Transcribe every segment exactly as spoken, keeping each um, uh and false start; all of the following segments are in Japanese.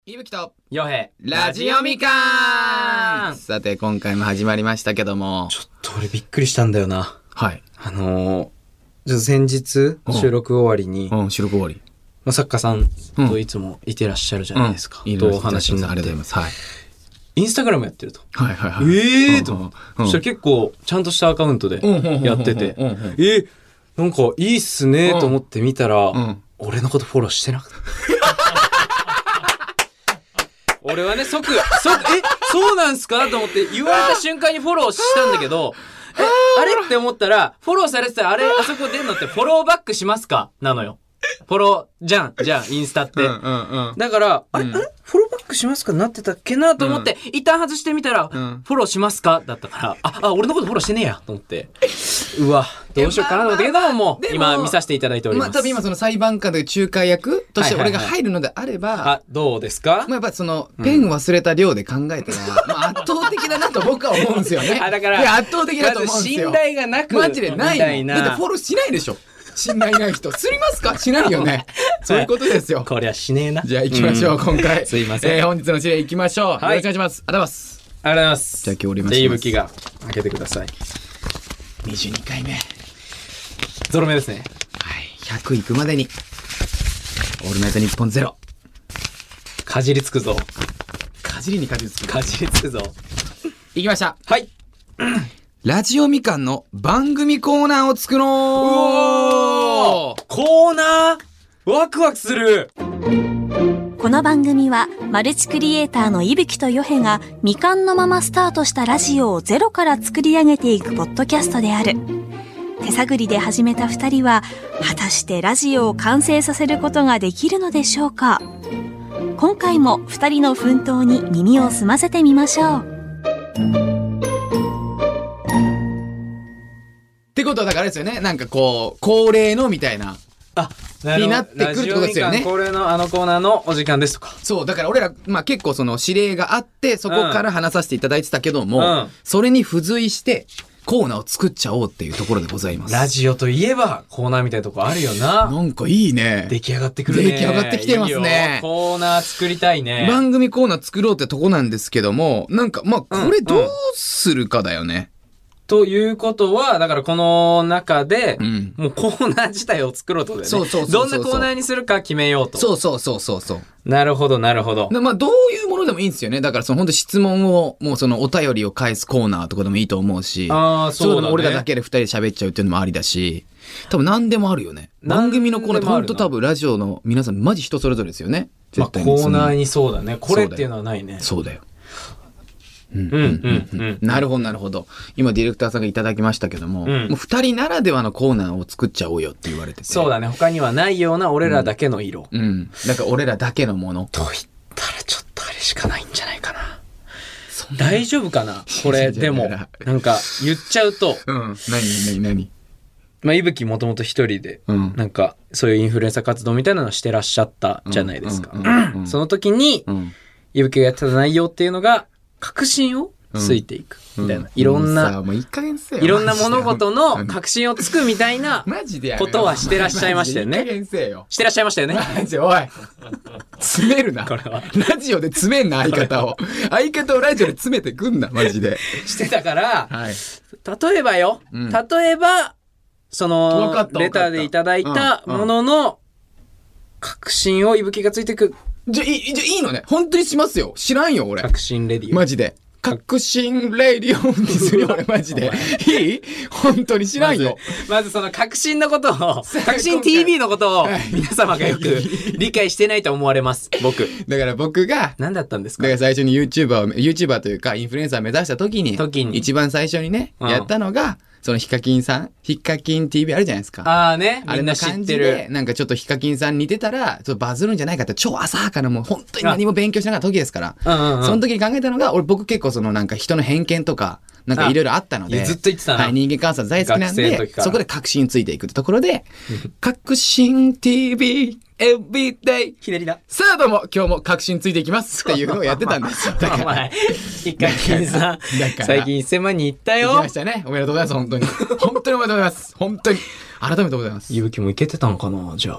いぶきとよへラジオみかん。さて今回も始まりましたけども、 ちょっと俺びっくりしたんだよな。 はい。 あのー、ちょっと先日収録終わりに、 うん、収録終わり、 まあ、作家さんといつもいてらっしゃるじゃないですか、 うん、 とお話になって、 ありがとうございます。はい。 インスタグラムやってると。 はいはいはい。 ええーと、うんうん、そしたら結構ちゃんとしたアカウントでやってて、えー、なんかいいっすねと思って見たら、うん、俺のことフォローしてなかった。俺はね、即、即、え、そうなんすかと思って言われた瞬間にフォローしたんだけど、え、あれって思ったら、フォローされてたら、あれ、あそこ出んのってフォローバックしますかなのよ。フォロー、じゃん、じゃん、インスタって。うんうんうん、だから、あれ、うん、あれフォローバックしますかなってたっけなと思って、うん、一旦外してみたら、うん、フォローしますかだったから、あ、あ、俺のことフォローしてねえや、と思って。うわ、どうしようかなと思ったけど、もう、今見させていただいております。 まあ、多分今その裁判官で仲介役として俺が入るのであれば、はいはいはい、 あ、どうですか？ まあ、やっぱその、ペン忘れた量で考えたら、うん、まあ、圧倒的だなと僕は思うんですよね。 あ、だから、 いや、圧倒的だと思うんですよ。 まず信頼がなく、 マジでないみたいな。 だってフォローしないでしょ。信頼ない人。すりますか？しないよね。そういうことですよ。 これはしねえな。 じゃあ行きましょう、うん、今回。 すいません。 えー、本日の指令行きましょう。はい、よろしくお願いします。ありがとうございます。 ありがとうございます。 じゃあ今日おります。 じゃあ、いぶきが開けてください。 にじゅうにかいめ。 ゾロ目ですね。 はい。ひゃくいくまでに。オールナイトニッポンゼロ。 かじりつくぞ。 かじりにかじりつくぞ。 かじりつくぞ。 行きました。 はい。 ラジオみかんの番組コーナーを作ろう。 うおー、コーナーワクワクする。 この番組はマルチクリエイターのいぶきとよへがみかんのままスタートしたラジオをゼロから作り上げていくポッドキャストである。手探りで始めた二人は果たしてラジオを完成させることができるのでしょうか。今回も二人の奮闘に耳を澄ませてみましょう。 ってことはだからあれですよね、なんかこう恒例のみたいなあになってくるってことですよね。 恒例のあのコーナーのお時間ですとか。 そうだから俺ら、まあ、結構その指令があってそこから話させていただいてたけども、うん、それに付随してコーナーを作っちゃおうっていうところでございます。 ラジオといえばコーナーみたいなとこあるよな。 なんかいいね。 出来上がってくるね。 出来上がってきてますね。 いいコーナー作りたいね。 番組コーナー作ろうってとこなんですけども、なんかまあこれどうするかだよね。うんうんということは、だからこの中で、うん、もうコーナー自体を作ろうとだよね。そうそうそうそう。どんなコーナーにするか決めようと。 そうそうそうそうそう。 なるほど、なるほど。 まあ、どういうものでもいいんですよね。だからその本当質問を、もうそのお便りを返すコーナーとかでもいいと思うし。ああ、そうだね。そうでも俺らだけで二人で喋っちゃうっていうのもありだし。多分何でもあるよね。番組のコーナーって本当多分ラジオの皆さんマジ人それぞれですよね。 まあ、コーナーにそうだね。これっていうのはないね。 そうだよ。うんうんうんうん、なるほどなるほど。今ディレクターさんがいただきましたけども、うん、もう二人ならではのコーナーを作っちゃおうよって言われてて。 そうだね。他にはないような俺らだけの色。 うん。うん、だから俺らだけのもの。 と言ったらちょっとあれしかないんじゃないかな。大丈夫かなこれ。でもなんか言っちゃうと。 うん。何何何。 まあいぶきもともと一人で、うん、なんかそういうインフルエンサー活動みたいなのをしてらっしゃったじゃないですか。その時に、うん、いぶきがやってた内容っていうのが確信をついていくみたいな、うん、いろんな、 もういい加減せよ、 いろんな物事の確信をつくみたいなことはしてらっしゃいましたよね。 いい加減せよ。 してらっしゃいましたよね。 マジおい。詰めるな。これはラジオで詰めんな相方を。相方をラジオで詰めてくんなマジで。 してたから、はい、例えばよ、うん、例えばそのレターでいただいたものの確信をいぶきがついていく。 じゃ、いい、じゃ、いいのね。本当にしますよ。知らんよ、俺。 確信レディオ。 マジで。確信レディオにするよ、俺、マジで。いい本当に知らんよ。 まず、まずその確信のことを、確信 ティービー のことを、皆様がよく理解してないと思われます、僕。 だから僕が、 何だったんですか？ だから最初に YouTuber を、YouTuber というか、インフルエンサーを目指した時に、 時に一番最初にね、うん、やったのが、そのヒカキンさんヒカキン ティービー あるじゃないですか。 ああね。 あれの感じで、なんかちょっとヒカキンさん似てたら、ちょっとバズるんじゃないかって、超浅はかなもう本当に何も勉強しなかった時ですから。うんうん、その時に考えたのが、俺僕結構そのなんか人の偏見とか、なんかいろいろあったので。 ずっと言ってたな。 はい、人間観察大好きなんで、そこで確信ついていくってところで、確信 ティービー、エブリデイ。 ひねりだ。 さあどうも、今日も確信ついていきますっていうのをやってたんですよ。だから。 お前、ヒカキンさん、最近せんまんに行ったよ。 行きましたね。おめでとうございます、本当に。本当におめでとうございます。本当に。改めてございます。 ゆうきも行けてたのかなじゃあ。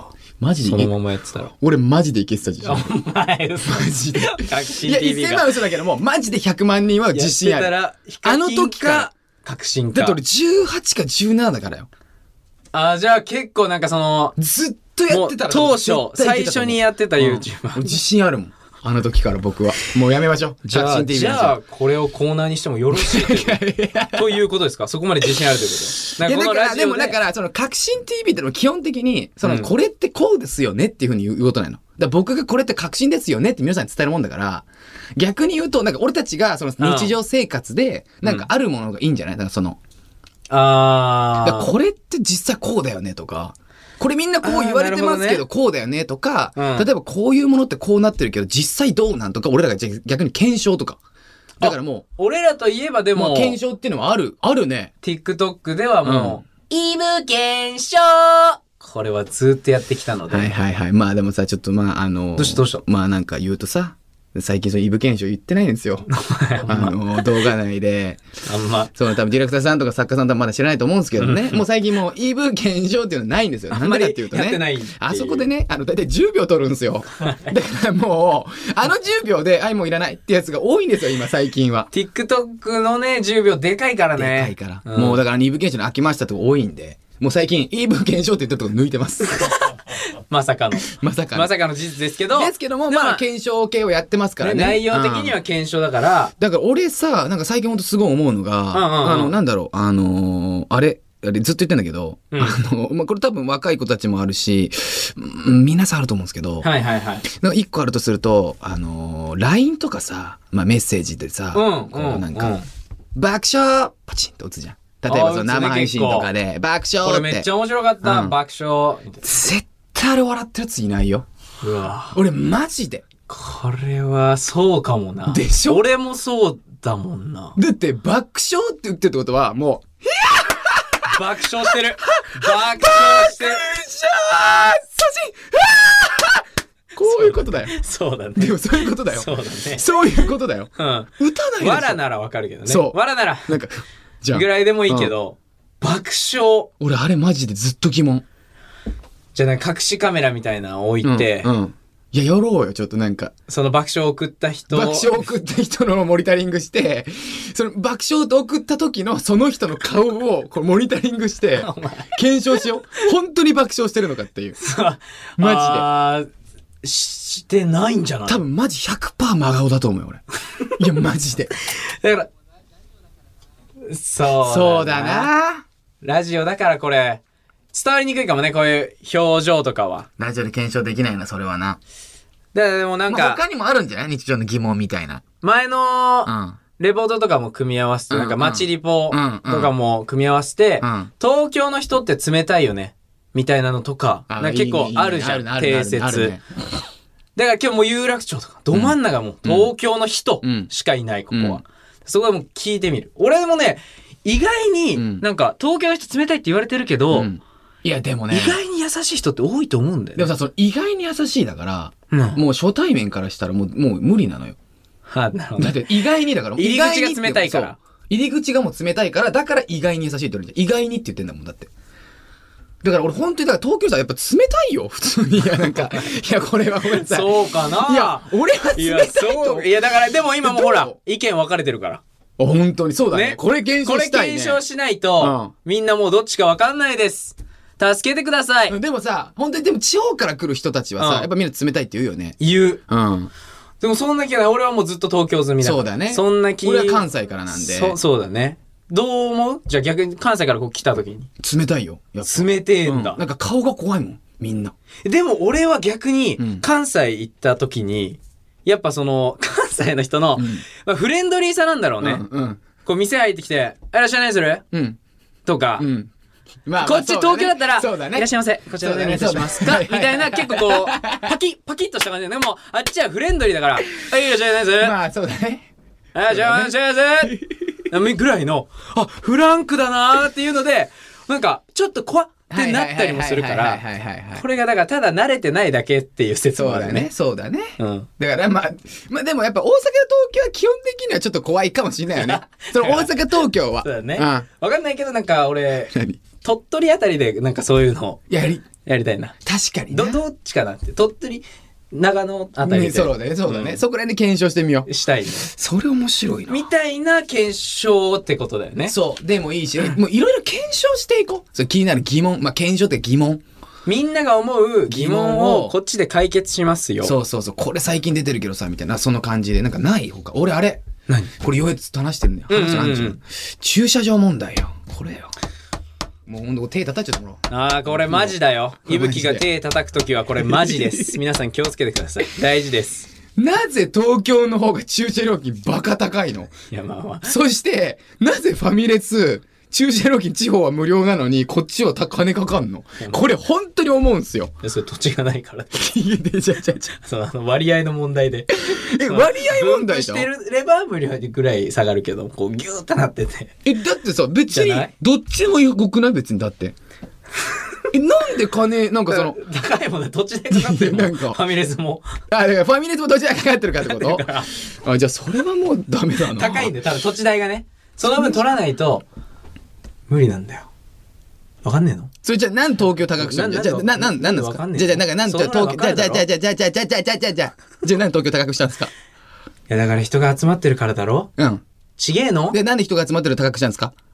マジでそのままやってたら。 俺マジでいけてた自信。 お前嘘。 マジで。 革新いや、 ティーブイせんが。 まん嘘だけども、マジでひゃくまんにんは自信ある。 ああの時から革新か。 だって俺じゅうはちかじゅうななだからよ。 あ、じゃあ結構なんかその、 ずっとやってたら。 当初、最初にやってた YouTuber。 うん、自信あるもん。あの時から僕は。もうやめましょう。 じゃあ、じゃあ、これをコーナーにしてもよろしいというということですか？そこまで自信あるということで。 いや、だから、でもだから、その、革新 ティーブイ ってのは基本的に、その、これってこうですよねっていうふうに言うことないの。だから僕がこれって革新ですよねって皆さんに伝えるもんだから、逆に言うと、なんか俺たちが、その、日常生活で、なんかあるものがいいんじゃない？だからその、 あー。だからこれって実際こうだよねとか、これみんなこう言われてますけど、こうだよねとか、例えばこういうものってこうなってるけど、実際どうなんとか、俺らが逆に検証とか。だからもう。 俺らといえばでも。 検証っていうのはある、あるね。 TikTok ではもう、イブ検証これはずっとやってきたので。 はいはいはい。まあでもさ、ちょっとまああの。 どうしたどうしたまあなんか言うとさ、最近そのイブ検証言ってないんですよ。あの、動画内で。 あんま。 そう、多分ディレクターさんとか作家さんとかまだ知らないと思うんですけどね。もう最近もうイブ検証っていうのはないんですよ。なんでかっていうとね。 やってないあそこでね、あの、だいたいじゅうびょう撮るんですよ。だからもう、あのじゅうびょうで、あいもういらないってやつが多いんですよ、今最近は。 TikTok のね、じゅうびょうでかいからね。 でかいから。うん、もうだからイブ検証に飽きましたとか多いんで。もう最近、イブ検証って言ったとこ抜いてます。 まさかの。 まさかの。 まさかの事実ですけど。 ですけども、まあ、検証系をやってますからね。 内容的には検証だから。 だから俺さ、なんか最近ほんとすごい思うのが、あの、なんだろう、あの、あれ、あれずっと言ってんだけど、うん、あの、まあ、これ多分若い子たちもあるし、皆さんあると思うんですけど、 はいはいはい。 なんか一個あるとすると、あの、ライン とかさ、まあメッセージでさ、 うん、 こうなんか、うん、爆笑パチンと打つじゃん。例えばその生配信とかで、爆笑って。 これめっちゃ面白かった、うん、爆笑。 絶対あれ笑ってるやついないよ。 うわ俺マジで。 これはそうかもな。 でしょ？ 俺もそうだもんな。 だって爆笑って言ってるってことは、もう、 爆笑してる。爆笑してる。 爆笑写真こういうことだよ。 そうだね。 でもそういうことだよ。 そうだね。 そういうことだよ。 うん。 打たないでしょ。 わらならわかるけどね。 そう。 わらなら。 なんか、 じゃあ。ぐらいでもいいけど、うん、爆笑。 俺あれマジでずっと疑問。 じゃあなんか隠しカメラみたいなの置いて、 うん。うん、いや、やろうよ、ちょっとなんか。 その爆笑を送った人。 爆笑を送った人のモニタリングして、その爆笑と送った時のその人の顔をこうモニタリングして、検証しよう。本当に爆笑してるのかっていう。マジで。 してないんじゃない？ 多分マジ ひゃくパーセント 真顔だと思うよ、俺。いや、マジで。 だから、そう。 そうだな。 ラジオだからこれ、伝わりにくいかもね、こういう表情とかは。 ラジオで検証できないな、それはな。 だからでもなんか、 まあ、他にもあるんじゃない？日常の疑問みたいな。 前の、レポートとかも組み合わせて、うん、なんか街リポとかも組み合わせて、うんうん、東京の人って冷たいよね。みたいなのとか、なんか結構あるじゃん、定説。だから今日もう有楽町とか、ど真ん中も東京の人しかいない、ここは。うん、そこでもう聞いてみる。俺もね、意外になんか東京の人冷たいって言われてるけど、うん、 いやでもね、 意外に優しい人って多いと思うんだよ、ね。 でもさ、その意外に優しいだから、うん、もう初対面からしたらもう、もう無理なのよ。 はあ、なるほど。 だって意外にだから、 入り口が冷たいから。 入り口がもう冷たいから、だから意外に優しいって言われて、意外にって言ってんだもん、だって。だから俺本当に、だから東京さ、やっぱ冷たいよ、普通に。いや、なんか、いや、これはごめんなさい。 そうかな。 いや、俺は冷たいと。いや、 そう。いや、だからでも今もほら、意見分かれてるから。 本当に、そうだね。ね、これ検証したいね。 これ検証しないと、うん、みんなもうどっちか分かんないです。助けてください。 でもさ、本当にでも地方から来る人たちはさ、うん、やっぱみんな冷たいって言うよね。 言う。 うん。 でもそんな気はない。俺はもうずっと東京済みだから。 そうだね。 そんな気。 俺は関西からなんで。 そう、そうだね。どう思う？じゃあ逆に関西からこう来た時に。 冷たいよ。 やっぱ冷てえんだ、 うん。なんか顔が怖いもん、みんな。 でも俺は逆に、関西行った時に、やっぱその、関西の人の、うん、まあ、フレンドリーさなんだろうね。うんうん、こう店入ってきて、いらっしゃい何する、うん、とか、うん、まあまあこっち東京だったら、そうだね、いらっしゃいませ、こちらでお願いいたしますか、みたいな、結構こう、パキッ、パキッとした感じで、でも、あっちはフレンドリーだから、はい、いらっしゃい何する、まあそうだね。はい、じゃあ、じゃあ、じゃあ、ぐらいの、あ、フランクだなーっていうので、なんか、ちょっと怖ってなったりもするから、これがだからただ慣れてないだけっていう説もあるね。そうだね。そうだね。うん。だからまあ、まあでもやっぱ大阪、東京は基本的にはちょっと怖いかもしれないよね。その大阪、東京は。そうだね。わかんないけどなんか俺、 鳥取あたりでなんかそういうのをやり、 やりたいな。 確かにど、どっちかなって。鳥取、長野あたりで。 ね、そうだね、そうだね。うん、そこら辺で検証してみよう。 したいね。 それ面白いな。 みたいな検証ってことだよね。 そう。でもいいし、もういろいろ検証していこう。そう気になる疑問。まあ、検証って疑問。 みんなが思う疑問をこっちで解決しますよ。 そうそうそう。これ最近出てるけどさ、みたいな、その感じで。なんかないほか。俺あれ。 何これようやく話してるんだよ。話なんじゃん。駐車場問題よ。これよ。もうほんと手叩いちゃってもらおう。 ああ、これマジだよ。いぶきが手叩くときはこれマジです。皆さん気をつけてください。大事です。 なぜ東京の方が駐車料金バカ高いの？ いや、まあまあ。 そして、なぜファミレス、駐車料金地方は無料なのに、こっちは金かかんの？これ本当に思うんすよ。 それ土地がないから。 いや、で、じゃじゃじゃ。 その、あの、割合の問題で。 え、割合問題じゃん。 分布してるレバー無料ぐらい下がるけど、こうギューってなってて。 え、だってさ、別に、どっちもよくない別に、だって。え、なんで金、なんかその。 高いもんね、土地でかかってるもん。なんか。ファミレスも。 あ、だからファミレスも土地代かかってるかってことあ、じゃあそれはもうダメだな。 高いんで、多分土地代がね。その分取らないと、無理なんだよ。わかんねえの？ それじゃあ何東京高くしたんじゃ、じゃあ、な、な、なんですか？じゃあ、じゃあ、なんか、なんと東京、じゃあ、じゃあ、じゃあ、じゃあ、じゃあ、じゃあ、じゃあ、じゃあ、じゃあ、じゃあ、じゃあ、何東京高くしたんですか？いや、だから人が集まってるからだろ？ うん。 ちげえの？ で、なんで人が集まってる高くしたんですか？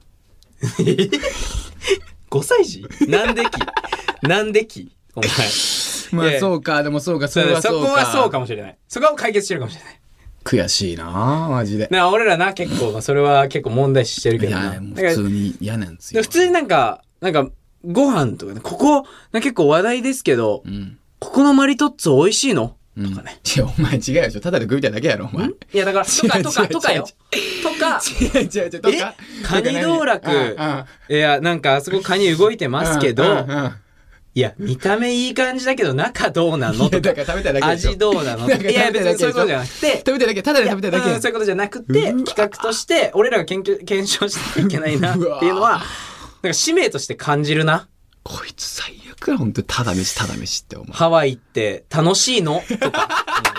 ごさい児？なんできなんできお前。 まあ、そうか、でもそうか、それはそうか。 そこはそうかもしれない。そこは解決してるかもしれない。 悔しいなぁ、マジで。 な、俺らな、結構、それは結構問題視してるけどな。 いや、もう普通に嫌なんですよ。 普通になんか、なんか、ご飯とかね、ここ、結構話題ですけど、うん、ここのマリトッツォ美味しいの、うん、とかね。 いや、お前違うでしょ。ただで食いたいだけやろ、お前。いや、だから、とか、とか、とかよ。とか、 違う違う違う、とか。 カニ道楽。いや、なんか、あそこカニ動いてますけど、いや、見た目いい感じだけど、中どうなのとか。 だから食べたいだけ味どうなのとか。いや、別にそういうことじゃなくて。 食べたいだけ、ただで食べたいだけ。 そういうことじゃなくて、企画として、俺らが検検証しなきゃいけないなっていうのは、なんか使命として感じるな。 こいつ最悪や、ほんと。ただ飯、ただ飯って思う。 ハワイって楽しいのとか。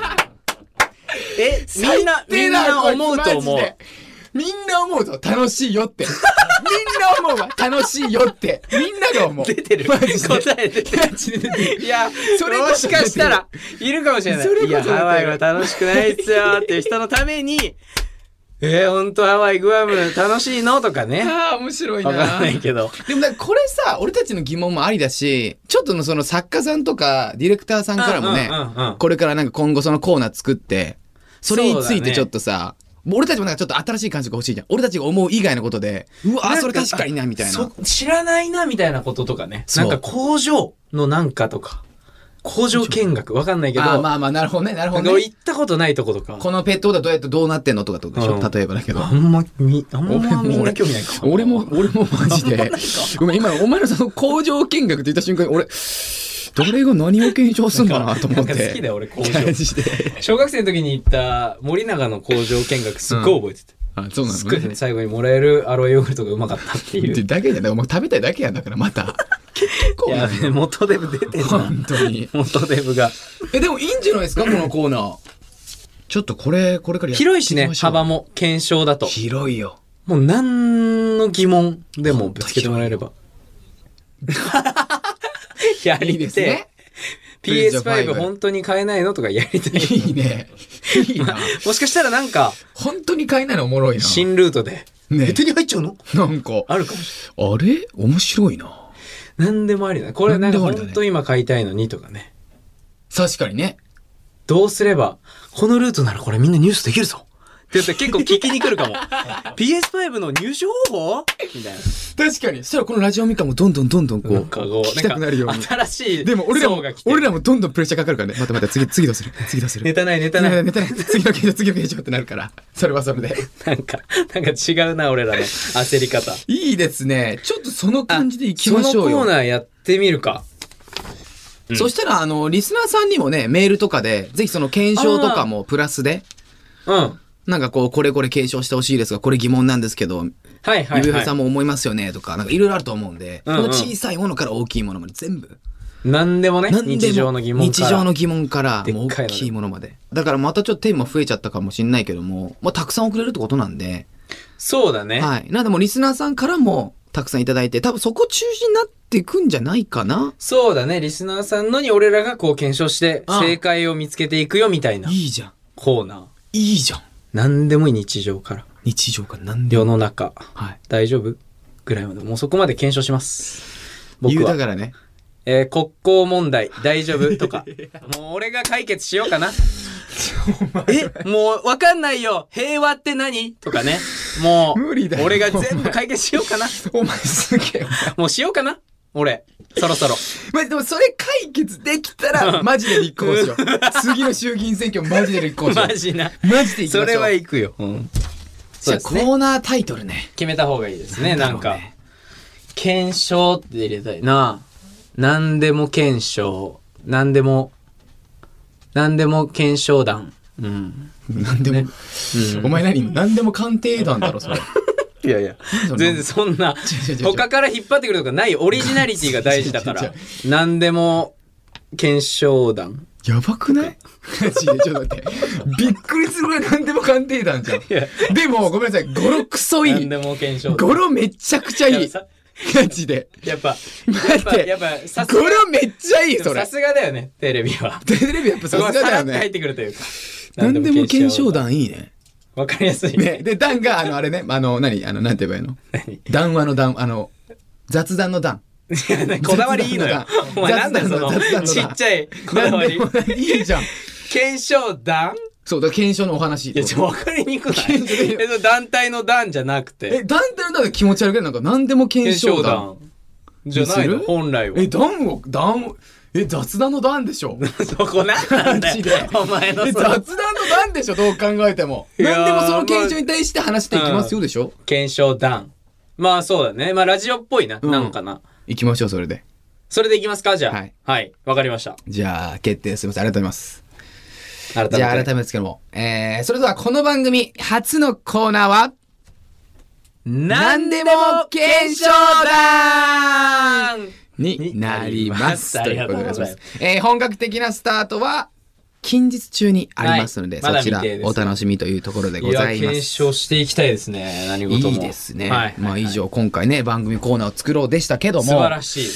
え、みんな、みんな思うと思う。 みんな思うぞ、楽しいよって。みんな思うわ、楽しいよって。みんなが思う。 出てる。答え出てる。いや、それもしかしたら、いるかもしれない。いや、ハワイは楽しくないっすよっていう人のために、えー、ほんとハワイ、グアム楽しいのとかね。 ああ、面白いな。 わかんないけど。 でもだこれさ、俺たちの疑問もありだし、ちょっとのその作家さんとか、ディレクターさんからもね、これからなんか今後そのコーナー作って、それについてちょっとさ、俺たちもなんかちょっと新しい感じが欲しいじゃん。俺たちが思う以外のことで、うわ、それ確かにな、みたいな。 知らないな、みたいなこととかね。なんか工場のなんかとか。工場見学わかんないけど。 あまあまあ、なるほどね、なるほどね。 俺行ったことないとことか。 このペットボトルどうやってどうなってんのとかってことでしょ、うん、例えばだけど。 あんま、み、あんまみんな興味ないか。 俺も、俺もマジで。ごめん、今のお前のその工場見学って言った瞬間に俺、誰が何を検証すんだなと思って。 好きだよ、俺工場。小学生の時に行った森永の工場見学すっごい覚えてて。 うん、あ、そうなのね。 すっごい最後にもらえるアロエヨーグルトがうまかったっていう。 だけじゃない、もう食べたいだけやんだからまた。結構やべえ、元デブ出てるな。 本当に。 元デブが。 え、でもいいんじゃないですか、このコーナー。ちょっとこれ、これからやってみましょう。 広いしね、幅も、検証だと。 広いよ。 もう何の疑問でもぶつけてもらえれば。やりですね。ピーエスファイブ 本当に買えないのとかやりたい。 いいね。いいな。 もしかしたらなんか、 本当に買えないのおもろいな。 新ルートで。 ね。 手に入っちゃうのなんか。 あるかもしれない。 あれ面白いな。 なんでもありだね。これなんか本当今買いたいのにとかね。 確かにね。 どうすれば、このルートならこれみんなニュースできるぞ。って言って結構聞きに来るかも。ピーエスファイブ の入手方法みたいな。 確かに。そしたらこのラジオミカもどんどんどんどんこう、聞きたくなるように。 新しい。 でも俺らも、俺らもどんどんプレッシャーかかるからね。またまた次、次どうする次どうするネタないネタない。 ネタない。次の形状、次の形状ってなるから。それはそれで。 なんか、なんか違うな、俺らの焦り方。 いいですね。ちょっとその感じでいきましょうよ。 そのコーナーやってみるか。 うん、そしたら、あの、リスナーさんにもね、メールとかで、ぜひその検証とかもプラスで。 うん。 なんかこう、これこれ継承してほしいですが、これ疑問なんですけど、はいはいはい。 ゆべふさんも思いますよねとか、なんかいろいろあると思うんで、うんうん、この小さいものから大きいものまで全部。 なんでもね、日常の疑問から。日常の疑問から、もう大きいものまで。だからまたちょっとテーマ増えちゃったかもしれないけども、まあたくさん送れるってことなんで。 そうだね。 はい。なんでもリスナーさんからも、 たくさんいただいて、多分そこ中心になっていくんじゃないかな。 そうだね。リスナーさんのに俺らがこう検証して正解を見つけていくよみたいな。 いいじゃん。 コーナー。 いいじゃん。 何でもいい日常から。 日常から何でも。 世の中。 はい。 大丈夫ぐらいまで。もうそこまで検証します。僕は。 言うだからね。 えー、国交問題大丈夫とか。もう俺が解決しようかな。え、もうわかんないよ。平和って何とかね。もう、無理だよ。俺が全部解決しようかな。 お前すげえ。 もうしようかな。俺、そろそろ。 まあ、でもそれ解決できたら、マジで立候補しよう。次の衆議院選挙マジで立候補しよう。 マジな。 マジで行きましょう。 それは行くよ。うん。 じゃあ、コーナータイトルね。 決めた方がいいですね、なんか。検証って入れたいな。何でも検証。何でも、何でも検証団。うん。 何でも、ねうん、お前何何でも鑑定団だろ、それ。 いやいや、全然そんな、他から引っ張ってくるとかない、オリジナリティが大事だから。何でも検証団。 やばくない？マジでちょっと待って。びっくりするぐらい何でも鑑定団じゃん。でも、ごめんなさい。語呂クソいい。 何でも検証団。 語呂めちゃくちゃいい。マジで。 やっぱ、 待って、 やっぱ、さすが。これめっちゃいい、それ。 さすがだよね、テレビは。 テレビやっぱさすがだよね。 さらって入ってくるというか。 何でも検証団いいね。 わかりやすい。 ね。で、団が、あの、あれね、あの、何あの、なんて言えばいいの談話の談、あの、雑談の談。 いや、こだわりいいのよ。お前なんだよ、その、ちっちゃいこだわり。 いいじゃん。 検証団そうだ、検証のお話。 いや、ちょ、わかりにくない。え、団体の団じゃなくて。 え、団体の団で気持ち悪いけど、なんか何でも検証団。 じゃないの本来は。 え、団を、団を、え、雑談の団でしょそこなんなんだよ。お前のえ、雑談の団でしょどう考えても。何でもその検証に対して話していきますよでしょ、うん、 検証団。まあそうだね。まあラジオっぽいな。うん、なのかな。 行きましょう、それで。 それで行きますかじゃあ。 はい。 はい。わかりました。 じゃあ、決定すみません。ありがとうございます。 改めて。 じゃあ、改めですけども。えー、それではこの番組初のコーナーは、 何でも検証団になります。ということでございます。えー、本格的なスタートは近日中にありますので、はい、そちらお楽しみというところでございます。いや、 検証していきたいですね。何事も。 いいですね。はい、まあ以上今回ね番組コーナーを作ろうでしたけども、 素晴らしいです。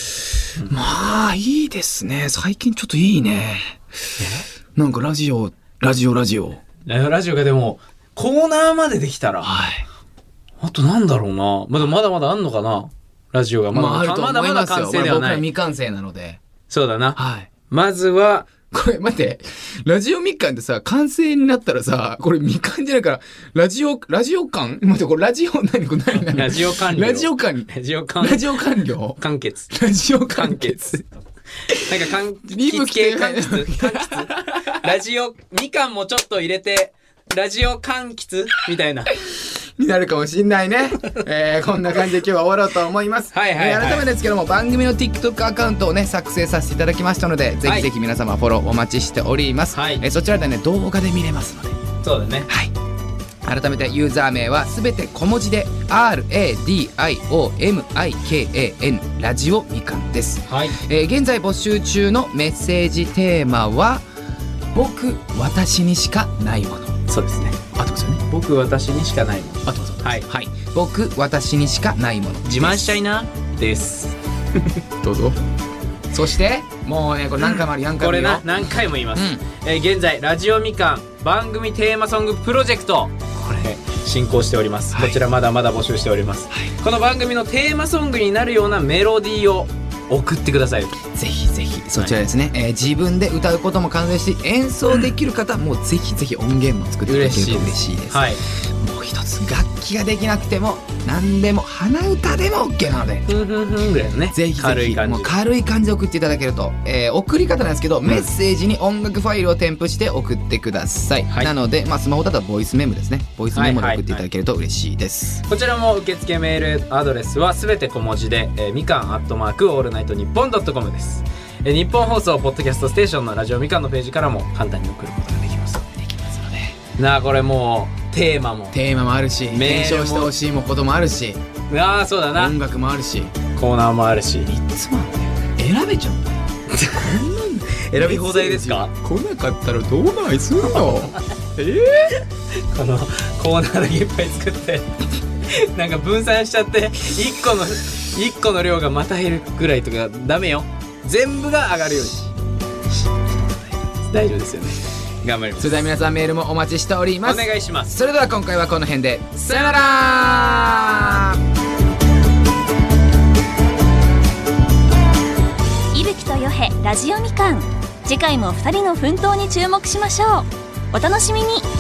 うん、まあいいですね。最近ちょっといいね。なんかラジオラジオラジオラジオがでもコーナーまでできたら、はい、あとなんだろうな。まだまだまだあんのかな。ラジオがまだ、まあ、あると思いますよ。まだまだ完成ではない。 僕は未完成なので。 そうだな。 はい。 まずは、 これ待って、ラジオみかんってさ、完成になったらさ、これみかんじゃないから、ラジオ、ラジオ感待って、これラジオ、何これ何何ラジオ完了。 ラジオ完、 ラジオ完、 ラジオ完了完結。 ラジオ完結。 なんか、かん、リブ系完結完結ラジオ、みかんもちょっと入れて、ラジオ完結みたいな。 になるかもしんないね。えー、こんな感じで今日は終わろうと思います。 はいはい、はい、 えー、改めてですけども、番組の TikTok アカウントをね、作成させていただきましたので、ぜひぜひ皆様フォローお待ちしております。はい、えー、そちらでね、動画で見れますので。 そうだね。 はい。改めてユーザー名はすべて小文字で アールエーディーアイオーエムアイケーエーエヌ ラジオみかんです。 はい。 えー、現在募集中のメッセージテーマは、僕、私にしかないもの。 そうですね。 合ってますよね。 僕、私にしかないもの。 合ってます。 はい。 はい。僕、私にしかないもの。 自慢しちゃいな。です。 どうぞ。そして、もうね、これ何回もある、何回もこれな、何回も言います。うん、えー、現在、ラジオみかん番組テーマソングプロジェクト。これ、進行しております。はい、こちらまだまだ募集しております。はい、この番組のテーマソングになるようなメロディーを送ってください。 ぜひぜひそちらですね、はい、えー、自分で歌うことも完成し演奏できる方、うん、もうぜひぜひ音源も作っていただけると嬉しいです。はい、もう一つ楽器ができなくても何でも鼻歌でも OK なので、 ふんふんふんぐらいのね、 ぜひぜひ軽い感じ、もう軽い感じで送っていただけると、えー、送り方なんですけど、うん、メッセージに音楽ファイルを添付して送ってください。はい、なので、まあ、スマホだったらボイスメモですね。ボイスメモで送っていただけると嬉しいです。 はいはいはい、こちらも受付メールアドレスはすべて小文字で、えー、みかんアットマークオールナイトニッポンドットコムです。えー、日本放送ポッドキャストステーションのラジオみかんのページからも簡単に送ることができます。 できますので、 なあ、これもうテーマもテーマもあるし、検証してほしいもこともあるし、 ああそうだな、 音楽もあるし、 コーナーもあるし、 みっつもあるんだよ。選べちゃうんだよ。こんなん選び放題ですか。 来なかったらどうないすんのえー、 このコーナーだけいっぱい作ってなんか分散しちゃっていっこのいっこの量がまた減るぐらいとかダメよ。全部が上がるように大丈夫ですよね。頑張ります。 それでは皆さんメールもお待ちしております。 お願いします。 それでは今回はこの辺でさよなら。 伊吹とよへラジオみかん、次回もふたりの奮闘に注目しましょう。お楽しみに。